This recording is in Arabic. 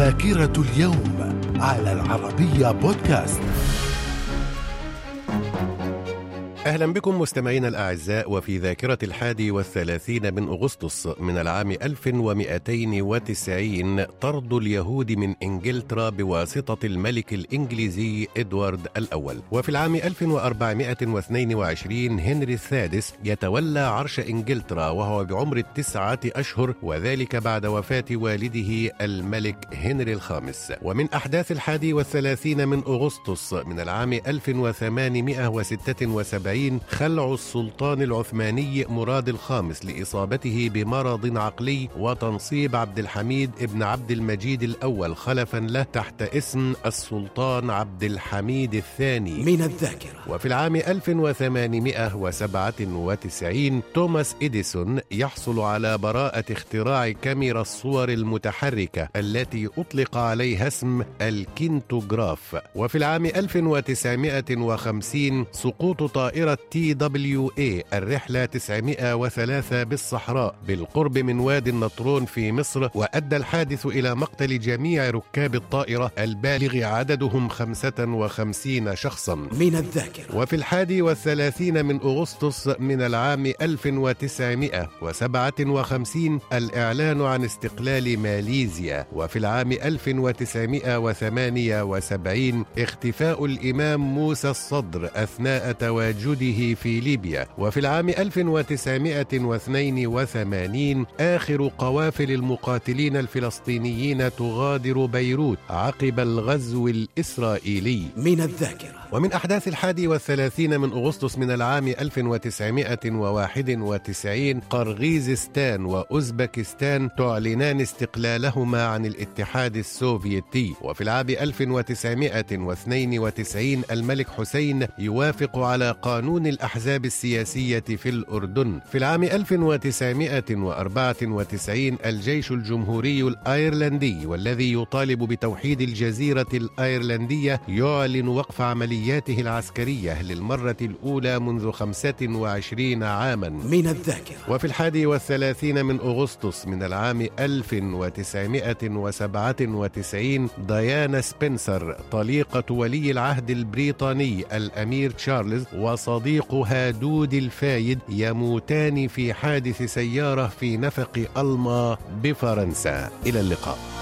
ذاكرة اليوم على العربية بودكاست. أهلا بكم مستمعينا الأعزاء، وفي ذاكرة 31 من أغسطس من العام 1290 طرد اليهود من إنجلترا بواسطة الملك الإنجليزي إدوارد الأول. وفي العام 1422 هنري السادس يتولى عرش إنجلترا وهو بعمر 9 أشهر، وذلك بعد وفاة والده الملك هنري الخامس. ومن أحداث 31 من أغسطس من العام 1876 خلع السلطان العثماني مراد الخامس لإصابته بمرض عقلي، وتنصيب عبد الحميد ابن عبد المجيد الأول خلفا له تحت اسم السلطان عبد الحميد الثاني من الذاكرة. وفي العام 1897 توماس إديسون يحصل على براءة اختراع كاميرا الصور المتحركة التي أطلق عليها اسم الكينتوغراف. وفي العام 1950 سقوط طائرة TWA الرحلة 903 بالصحراء بالقرب من وادي النطرون في مصر، وأدى الحادث إلى مقتل جميع ركاب الطائرة البالغ عددهم 55 شخصا من الذاكرة. وفي 31 من أغسطس من العام 1957 الإعلان عن استقلال ماليزيا. وفي العام 1978 اختفاء الإمام موسى الصدر أثناء تواجده في ليبيا. وفي العام 1982 آخر قوافل المقاتلين الفلسطينيين تغادر بيروت عقب الغزو الإسرائيلي من الذاكرة. ومن أحداث 31 من أغسطس من العام 1991 قرغيزستان وأوزبكستان تعلنان استقلالهما عن الاتحاد السوفيتي. وفي العام 1992 الملك حسين يوافق على قانون الأحزاب السياسية في الأردن. في العام 1994 الجيش الجمهوري الأيرلندي والذي يطالب بتوحيد الجزيرة الأيرلندية يعلن وقف عملياته العسكرية للمرة الأولى منذ 25 عاما من الذاكرة. وفي 31 من أغسطس من العام 1997 ديانا سبنسر طليقة ولي العهد البريطاني الأمير تشارلز وصديقها دودي الفايد يموتان في حادث سيارة في نفق ألما بفرنسا. إلى اللقاء.